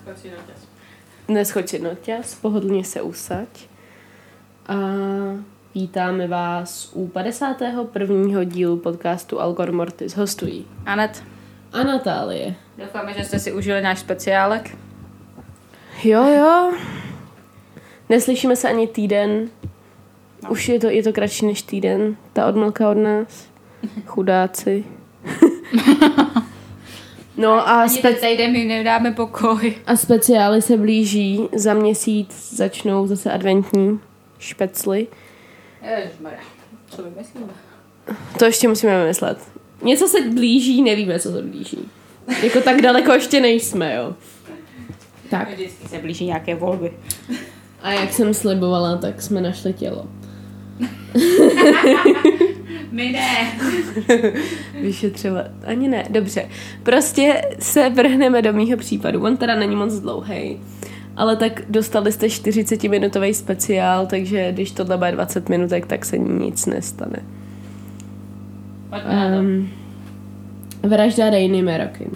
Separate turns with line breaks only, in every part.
Dnes choď si noťaz, pohodlně se usaď. A vítáme vás u 51. dílu podcastu Algor Mortis. Hostují
Anet
a Natálie.
Doufáme, že jste si užili náš speciálek.
Jo. Neslyšíme se ani týden. No. Už je to kratší než týden. Ta odmlka od nás. Chudáci. No a
týden my nedáme pokoj.
A speciály se blíží. Za měsíc začnou zase adventní špecly.
Ježišmarja, co vymyslíme?
To ještě musíme vymyslet. Něco se blíží, nevíme, co se blíží. Jako tak daleko ještě nejsme, jo. Tak.
Vždycky se blíží nějaké volby.
A jak jsem slibovala, tak jsme našli tělo.
My ne.
Vyšetřovat. Ani ne. Dobře. Prostě se vrhneme do mýho případu. On teda není moc dlouhej. Ale tak dostali jste 40-minutový speciál, takže když tohle bude 20 minutek, tak se nic nestane. Vražda Rainy Marokin.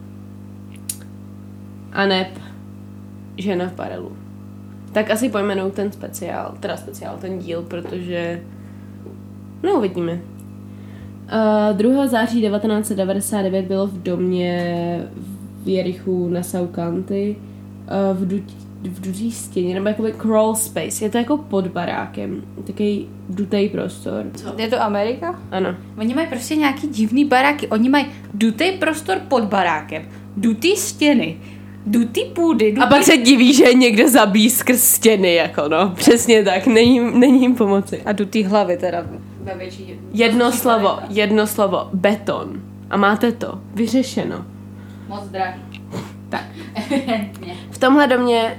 Aneb. Žena v barelu. Tak asi pojmenou ten ten díl, protože uvidíme. 2. září 1999 bylo v domě v Jerichu na South County v dutý stěně, nebo jakoby crawl space. Je to jako pod barákem. Takový dutej prostor.
Co? Je to Amerika?
Ano.
Oni mají prostě nějaký divný baráky. Oni mají dutej prostor pod barákem. Dutý stěny. Dutý půdy.
A pak se diví, že někdo zabíjí skrz stěny, jako no. Přesně tak. Není jim pomoci.
A dutý hlavy teda ve větší.
Jedno slovo. Beton. A máte to. Vyřešeno.
Moc drahý.
Tak. V tomhle domě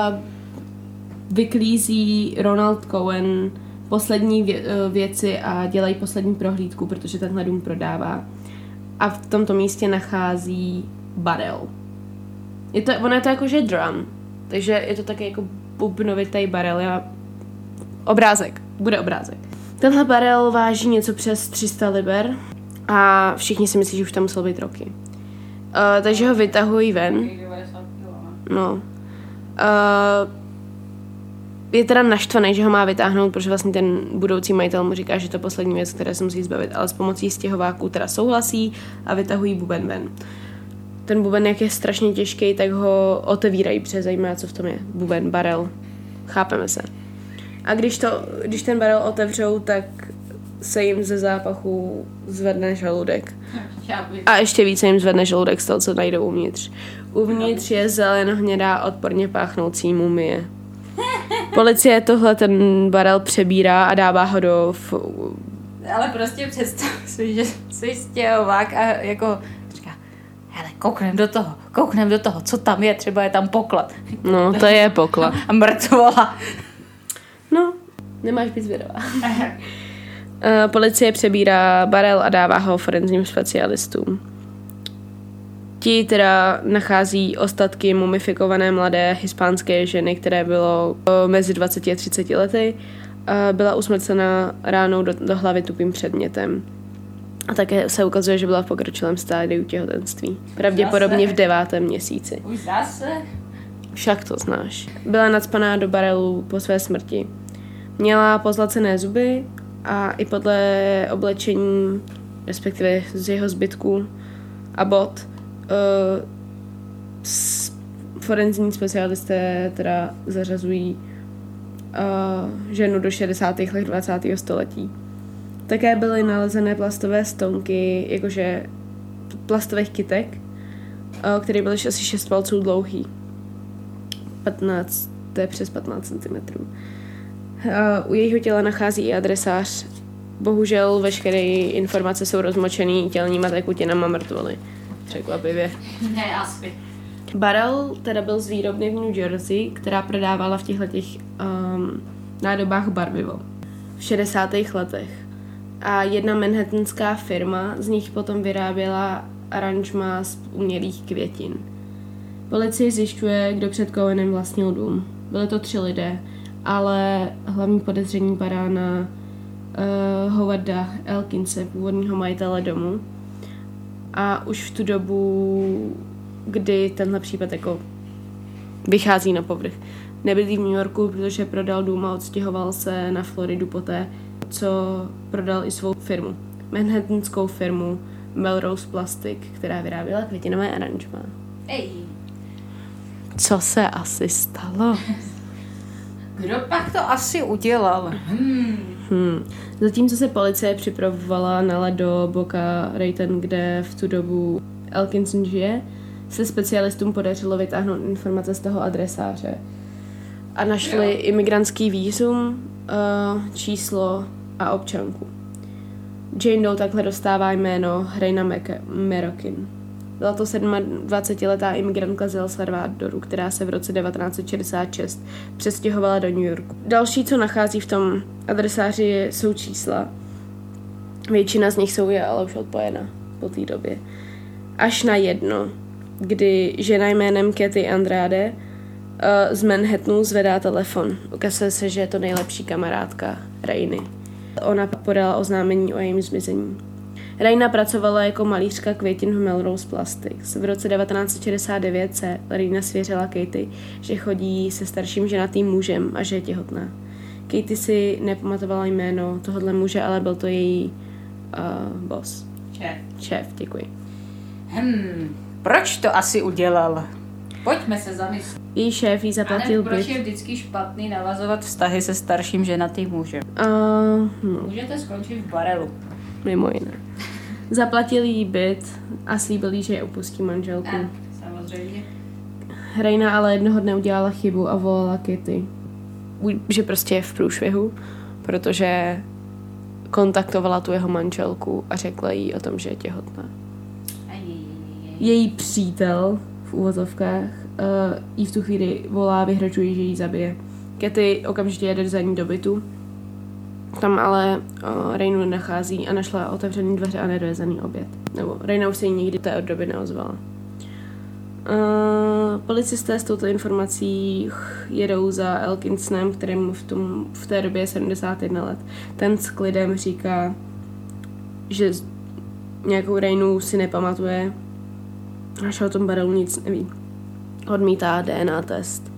vyklízí Ronald Cohen poslední věci a dělají poslední prohlídku, protože tenhle dům prodává. A v tomto místě nachází barel. Ono je to jakože drum, takže je to taky jako bubnovitý barel. Bude obrázek. Tenhle barel váží něco přes 300 liber a všichni si myslí, že už tam muselo být roky. Takže ho vytahují ven. No. Je teda naštvaný, že ho má vytáhnout, protože vlastně ten budoucí majitel mu říká, že to je poslední věc, které se musí zbavit, ale s pomocí stěhováků teda souhlasí a vytahují buben ven. Ten buben, jak je strašně těžký, tak ho otevírají, protože zajímá, co v tom je. Buben, barel. Chápeme se. A když ten barel otevřou, tak se jim ze zápachu zvedne žaludek. A ještě více jim zvedne žaludek z toho, co najdou uvnitř. Uvnitř je zelenohnědá, odporně páchnoucí mumie. Policie ten barel přebírá a dává ho do...
Ale prostě představ si, že jsi stěhovák a jako říká, hele, kouknem do toho, co tam je, třeba je tam poklad.
No, to je poklad.
A mrtvola.
No, nemáš být zvědavá. Policie přebírá barel a dává ho forenzním specialistům. Ti teda nachází ostatky mumifikované mladé hispánské ženy, které bylo mezi 20 a 30 lety. Byla usmrcena ránou do hlavy tupým předmětem. A také se ukazuje, že byla v pokročilém stádiu těhotenství. Pravděpodobně v 9. měsíci.
Už zase?
Však to znáš. Byla nacpaná do barelu po své smrti. Měla pozlacené zuby a i podle oblečení, respektive z jeho zbytků a bot, forenzní specialisté teda zařazují ženu do 60. let 20. století. Také byly nalezené plastové stonky, jakože plastových kytek, které byly asi 6 palců dlouhý. 15, to je přes 15 cm. U jejího těla nachází i adresář. Bohužel veškeré informace jsou rozmočený tělníma tekutinama mrtvoly. Překvapivě.
Ne, asi.
Barel teda byl z výrobny v New Jersey, která prodávala v těchto nádobách barvivo v 60. letech. A jedna manhattanská firma z nich potom vyráběla aranžma z umělých květin. Policie zjišťuje, kdo před Cohenem vlastnil dům. Byly to 3 lidé, ale hlavní podezření padá na Howarda Elkinse, původního majitele domu. A už v tu dobu, kdy tenhle případ jako vychází na povrch. Nebydlí v New Yorku, protože prodal dům a odstěhoval se na Floridu poté, co prodal i svou firmu. Manhattanskou firmu Melrose Plastic, která vyráběla květinové aranžmá.
Ej.
Co se asi stalo?
Kdo pak to asi udělal?
Zatímco se policie připravovala na let do Boca Raton, kde v tu dobu Elkinson žije, se specialistům podařilo vytáhnout informace z toho adresáře. A našli imigrantský vízum, číslo a občanku. Jane Doe takhle dostává jméno Reina Merokin. Byla to 27letá imigrantka z El Salvadoru, která se v roce 1966 přestěhovala do New Yorku. Další, co nachází v tom adresáři, jsou čísla. Většina z nich je ale už odpojena po té době. Až na jedno, kdy žena jménem Katy Andrade z Manhattanu zvedá telefon. Ukazuje se, že je to nejlepší kamarádka Reiny. Ona podala oznámení o jejím zmizení. Reina pracovala jako malířka květin v Melrose Plastics. V roce 1969 se Reina svěřila Katy, že chodí se starším ženatým mužem a že je těhotná. Katy si nepamatovala jméno tohohle muže, ale byl to její boss. Šéf, děkuji.
Proč to asi udělal? Pojďme se zamyslet.
Její šéf jí zaplatil
byt. Proč je vždycky špatný navazovat vztahy se starším ženatým mužem? Můžete skončit v barelu.
Mimo jiné. Zaplatil jí byt a slíbil jí, že je opustí manželku.
Samozřejmě.
Reina ale jednoho dne udělala chybu a volala Katy. Že prostě je v průšvihu, protože kontaktovala tu jeho manželku a řekla jí o tom, že je těhotná. Její přítel v úvozovkách jí v tu chvíli volá, vyhrožuje, že jí zabije. Katy okamžitě jede za ní do bytu. Tam ale Reinu nenachází a našla otevřený dveře a nedojezený oběd. Nebo Reina už se jí nikdy té od doby neozvala. Policisté s touto informací jedou za Elkinsonem, kterému v té době je 71 let. Ten s klidem říká, že nějakou Reinu si nepamatuje, až o tom barelu nic neví. Odmítá DNA test.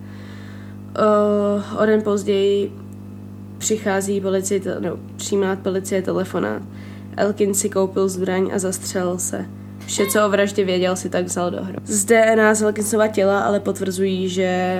O den později přichází přijímá policie telefonát. Elkins si koupil zbraň a zastřelil se. Vše, co o vraždě věděl, si tak vzal do hry. Z DNA z Elkinsova těla ale potvrzují, že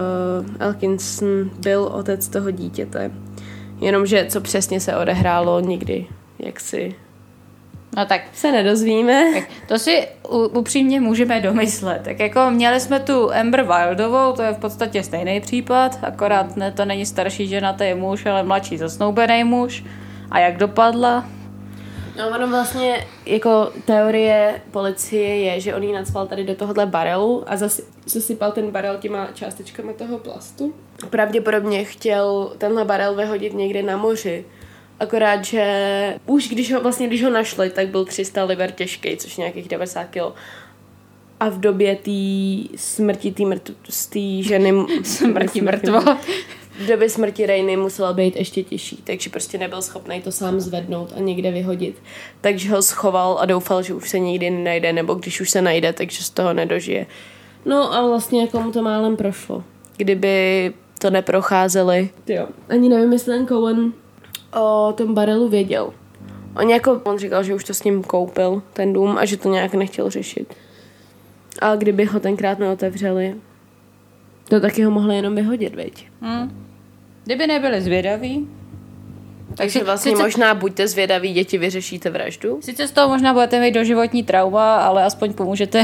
Elkinson byl otec toho dítěte. Jenomže co přesně se odehrálo, nikdy jaksi
tak
se nedozvíme.
Tak to si upřímně můžeme domyslet. Tak jako měli jsme tu Amber Wildovou, to je v podstatě stejný případ, akorát ne, to není starší ženatý muž, ale mladší zasnoubený muž. A jak dopadla?
No ono vlastně jako teorie policie je, že on jí nacpal tady do tohohle barelu a zasypal ten barel těma částečkama toho plastu. Pravděpodobně chtěl tenhle barel vyhodit někde na moři. Akorát, že už když ho našli, tak byl 300 liber těžký, což nějakých 90 kg. A v době té smrti té ženy...
Smrti mrtvo.
V době smrti Reiny musela být ještě těžší, takže prostě nebyl schopný to sám zvednout a někde vyhodit. Takže ho schoval a doufal, že už se nikdy nenajde, nebo když už se najde, takže z toho nedožije. No a vlastně jako mu to málem prošlo. Kdyby to neprocházeli. Jo. Ani nevím, jestli ten Cohen o tom barelu věděl. On říkal, že už to s ním koupil, ten dům, a že to nějak nechtěl řešit. Ale kdyby ho tenkrát neotevřeli, to taky ho mohli jenom vyhodit, viď?
Kdyby nebyli zvědaví.
Takže vlastně možná buďte zvědaví, děti, vyřešíte vraždu.
Sice z toho možná budete mít doživotní trauma, ale aspoň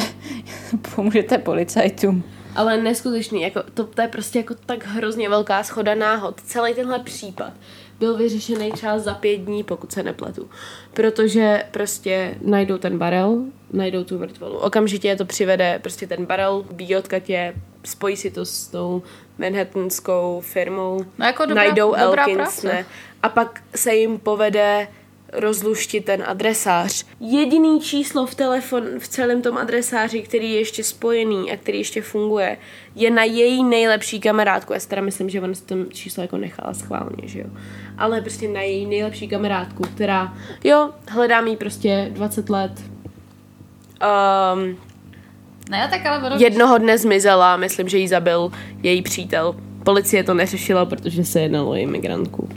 pomůžete policajtům.
Ale neskutečný, jako, to je prostě jako tak hrozně velká shoda náhod. Celý tenhle případ byl vyřešený třeba za 5 dní, pokud se nepletu. Protože prostě najdou ten barel, najdou tu mrtvolu. Okamžitě to přivede, prostě ten barel, ví odkud, spojí si to s tou manhattanskou firmou,
no jako
najdou Elkinsone a pak se jim povede rozluštit ten adresář. Jediný číslo v celém tom adresáři, který je ještě spojený a který ještě funguje, je na její nejlepší kamarádku. Já si teda myslím, že on si to číslo jako nechala schválně, že jo. Ale prostě na její nejlepší kamarádku, která, hledám jí prostě 20 let.
Ne, tak ale
Jednoho dne zmizela, myslím, že jí zabil její přítel. Policie to neřešila, protože se jednalo o imigrantku.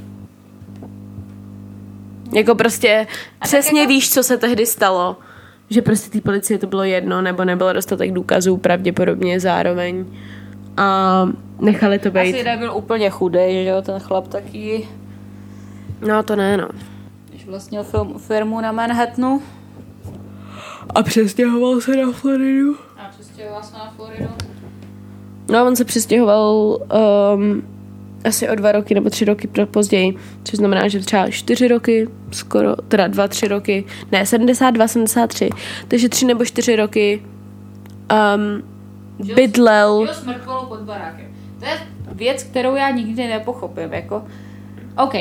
Jako prostě přesně
jako...
víš, co se tehdy stalo. Že prostě té policie to bylo jedno, nebo nebylo dostatek důkazů pravděpodobně zároveň. A nechali to být.
Asi nebyl úplně chudej, že jo, ten chlap taky.
No to ne, no.
Když vlastnil firmu na Manhattanu.
A přestěhoval se na Floridu. No, on se přestěhoval asi o 2 roky nebo 3 roky později, což znamená, že třeba 4 roky, skoro, teda 2-3 roky, ne, 72, 73, takže 3 nebo 4 roky bydlel.
Žil s mrtvolou pod barákem. To je věc, kterou já nikdy nepochopím, jako, OK,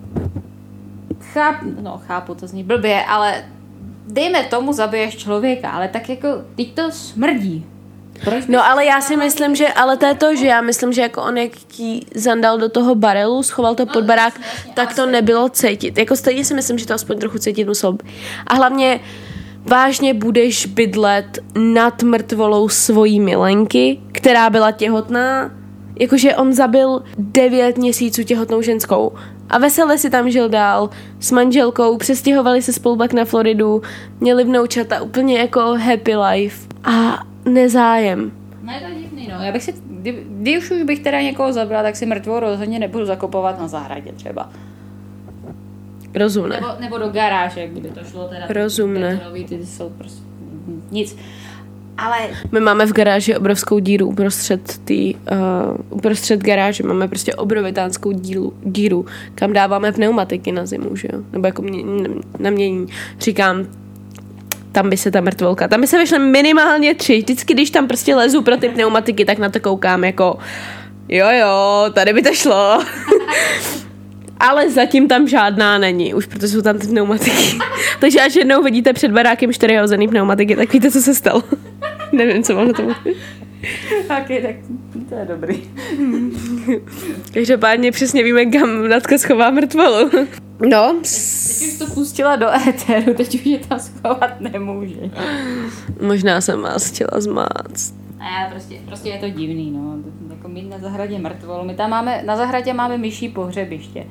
chápu, to zní blbě, ale dejme tomu, zabiješ člověka, ale tak jako, teď to smrdí.
No ale já si myslím, že, ale to je to, že já myslím, že jako on jak jí zandal do toho barelu, schoval to pod barák, tak to nebylo cítit. Jako stejně si myslím, že to aspoň trochu cítit muselo. A hlavně vážně budeš bydlet nad mrtvolou svojí milenky, která byla těhotná, jakože on zabil 9 měsíců těhotnou ženskou a veselé si tam žil dál s manželkou, přestěhovali se spolu pak na Floridu, měli vnoučata, úplně jako happy life a nezájem.
No je to divný, no. Já bych si, když už bych teda někoho zabila, tak si mrtvou rozhodně nebudu zakopovat na zahradě třeba.
Rozumné.
Nebo do garáže, kdyby to šlo teda.
Rozumné.
Ty jsou prostě nic. Ale...
My máme v garáži obrovskou díru uprostřed garáže máme prostě obrovitánskou díru, kam dáváme pneumatiky na zimu, že jo? Nebo jako na mění. Říkám, tam by se ta mrtvolka, tam by se vešly minimálně 3. Vždycky, když tam prostě lezu pro ty pneumatiky, tak na to koukám jako jo, tady by to šlo. Ale zatím tam žádná není, už protože jsou tam ty pneumatiky. Takže až jednou vidíte před barákem 4 hozený pneumatiky, tak víte, co se stalo. Nevím, co mám na tomu.
Ok, tak to je dobrý.
Každopádně přesně víme, kam Natka schová mrtvolu. No.
Teď už to pustila do éteru, teď už je tam schovat nemůže.
Možná jsem vás chtěla zmáct.
A prostě je to divný, no. Jako mít na zahradě mrtvolu. My tam máme, na zahradě máme myší pohřebiště.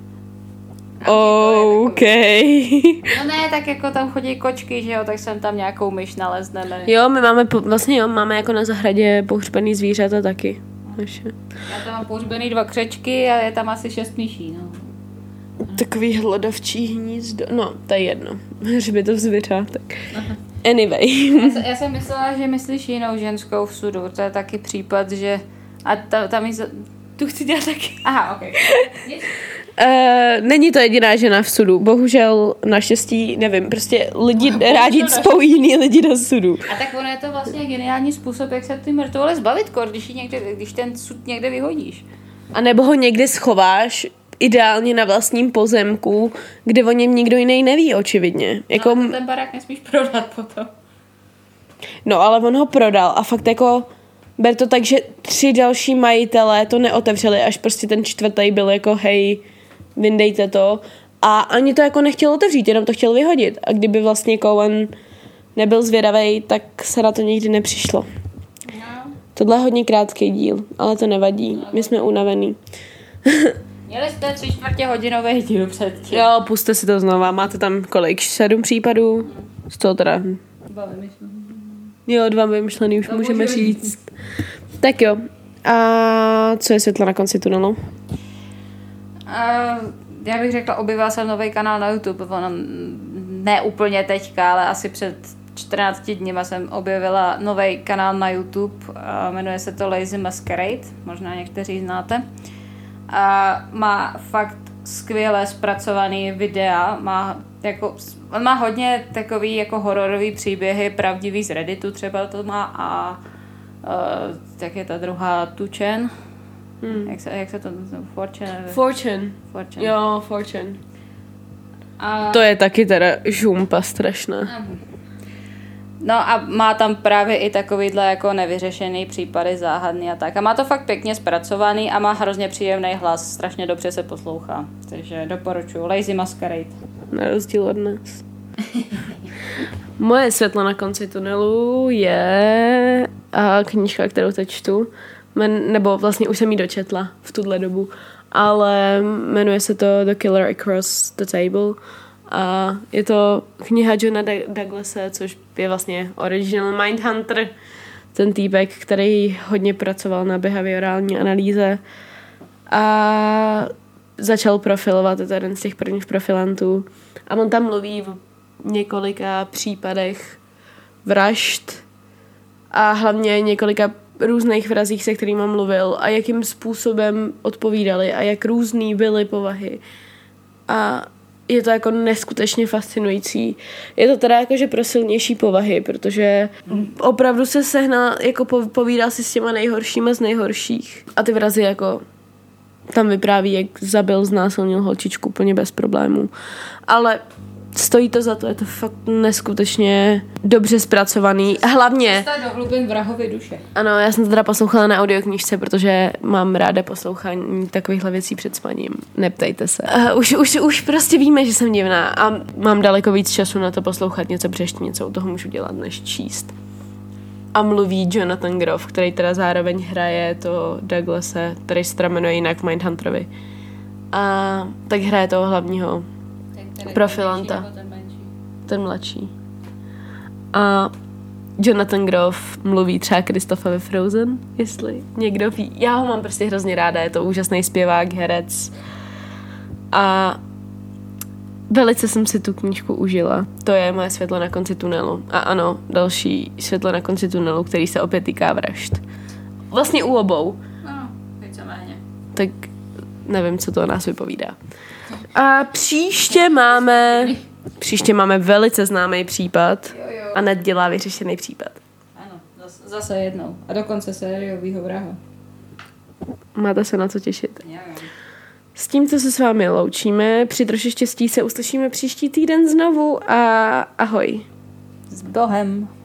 OK.
No ne, tak jako tam chodí kočky, že jo, tak sem tam nějakou myš nalezneme.
Jo, my máme, máme jako na zahradě pohřbený zvířata taky. Naše.
Já tam mám pohřbený 2 křečky a je tam asi 6 myší, no.
Takový hlodavčí hnízdo. No, to je jedno. Hřbitov zvířátek. Anyway.
Já jsem myslela, že myslíš jinou ženskou v sudu. To je taky případ, že... A tam tu chci dělat taky. Aha, ok.
Není to jediná žena v sudu. Bohužel, naštěstí, nevím, prostě lidi rádi cpou jiný lidi do sudu.
A tak ono je to vlastně geniální způsob, jak se ty mrtvole zbavit, když ten sud někde vyhodíš.
A nebo ho někde schováš, ideálně na vlastním pozemku, kde o něm nikdo jiný neví, očividně. Jako...
No, ten barák nesmíš prodat potom.
No, ale on ho prodal a fakt jako ber to tak, že 3 další majitelé to neotevřeli, až prostě ten 4. byl jako hej, vyndejte to. A ani to jako nechtěl otevřít, jenom to chtěl vyhodit. A kdyby vlastně Cohen nebyl zvědavej, tak se na to nikdy nepřišlo. No. Tohle je hodně krátký díl, ale to nevadí. My jsme unavený.
Měli jste 3/4 hodinový díl předtím.
Jo, puste si to znova. Máte tam kolik? 7 případů? Z toho teda...
2 vymyšlený.
Jo, 2 vymyšlený, už to můžeme říct. Tak jo. A co je světlo na konci tunelu?
Já bych řekla, objevila jsem nový kanál na YouTube. Ne úplně teďka, ale asi před 14 dněma jsem objevila nový kanál na YouTube. Jmenuje se to Lazy Masquerade. Možná někteří znáte. A má fakt skvěle zpracovaný videa, on má hodně takový jako hororový příběhy, pravdivý z Redditu třeba to má a tak je ta druhá Tučen. Jak se to
Fortune. Jo, Fortune. To je taky teda žumpa strašná.
No a má tam právě i takovýhle jako nevyřešený případy záhadný a tak. A má to fakt pěkně zpracovaný a má hrozně příjemný hlas. Strašně dobře se poslouchá. Takže doporučuji. Lazy Masquerade.
Na rozdíl od nás. Moje světlo na konci tunelu je knížka, kterou teď čtu, nebo vlastně už jsem ji dočetla v tuhle dobu, ale jmenuje se to The Killer Across the Table a je to kniha Johna Douglase, což je vlastně original Mindhunter, ten týpek, který hodně pracoval na behaviorální analýze a začal profilovat, je to jeden z těch prvních profilantů a on tam mluví v několika případech vražd a hlavně několika různých frazích, se kterými mluvil a jakým způsobem odpovídali a jak různý byly povahy. A je to jako neskutečně fascinující. Je to teda jakože pro silnější povahy, protože opravdu se sehnal, jako povídal si s těma nejhoršíma z nejhorších. A ty vrazy jako tam vypráví, jak zabil, znásilnil holčičku úplně bez problémů. Ale stojí to za to, je to fakt neskutečně dobře zpracovaný. A hlavně...
do hlubin vrahovy duše.
Ano, já jsem to teda poslouchala na audioknížce, protože mám ráda poslouchání takovýchhle věcí před spaním. Neptejte se. Už prostě víme, že jsem divná a mám daleko víc času na to poslouchat něco přeště, něco u toho můžu dělat, než číst. A mluví Jonathan Groff, který teda zároveň hraje to Douglase, který se teda jmenuje jinak v Mindhunterovi. A tak hraje toho hlavního profilanta. Ten mladší. A Jonathan Groff mluví třeba Kristofa ve Frozen, jestli někdo ví. Já ho mám prostě hrozně ráda, je to úžasný zpěvák, herec. A velice jsem si tu knížku užila. To je moje světlo na konci tunelu. A ano, další světlo na konci tunelu, který se opět týká vražd. Vlastně u obou.
No, víceméně.
Tak nevím, co to o nás vypovídá. A příště máme velice známý případ.
Jo.
A Ned dělá vyřešený případ.
Ano, zase jednou. A dokonce sériovýho vraha.
Máte se na co těšit.
Jo.
S tímto se s vámi loučíme. Při troši štěstí se uslyšíme příští týden znovu a ahoj.
S Bohem.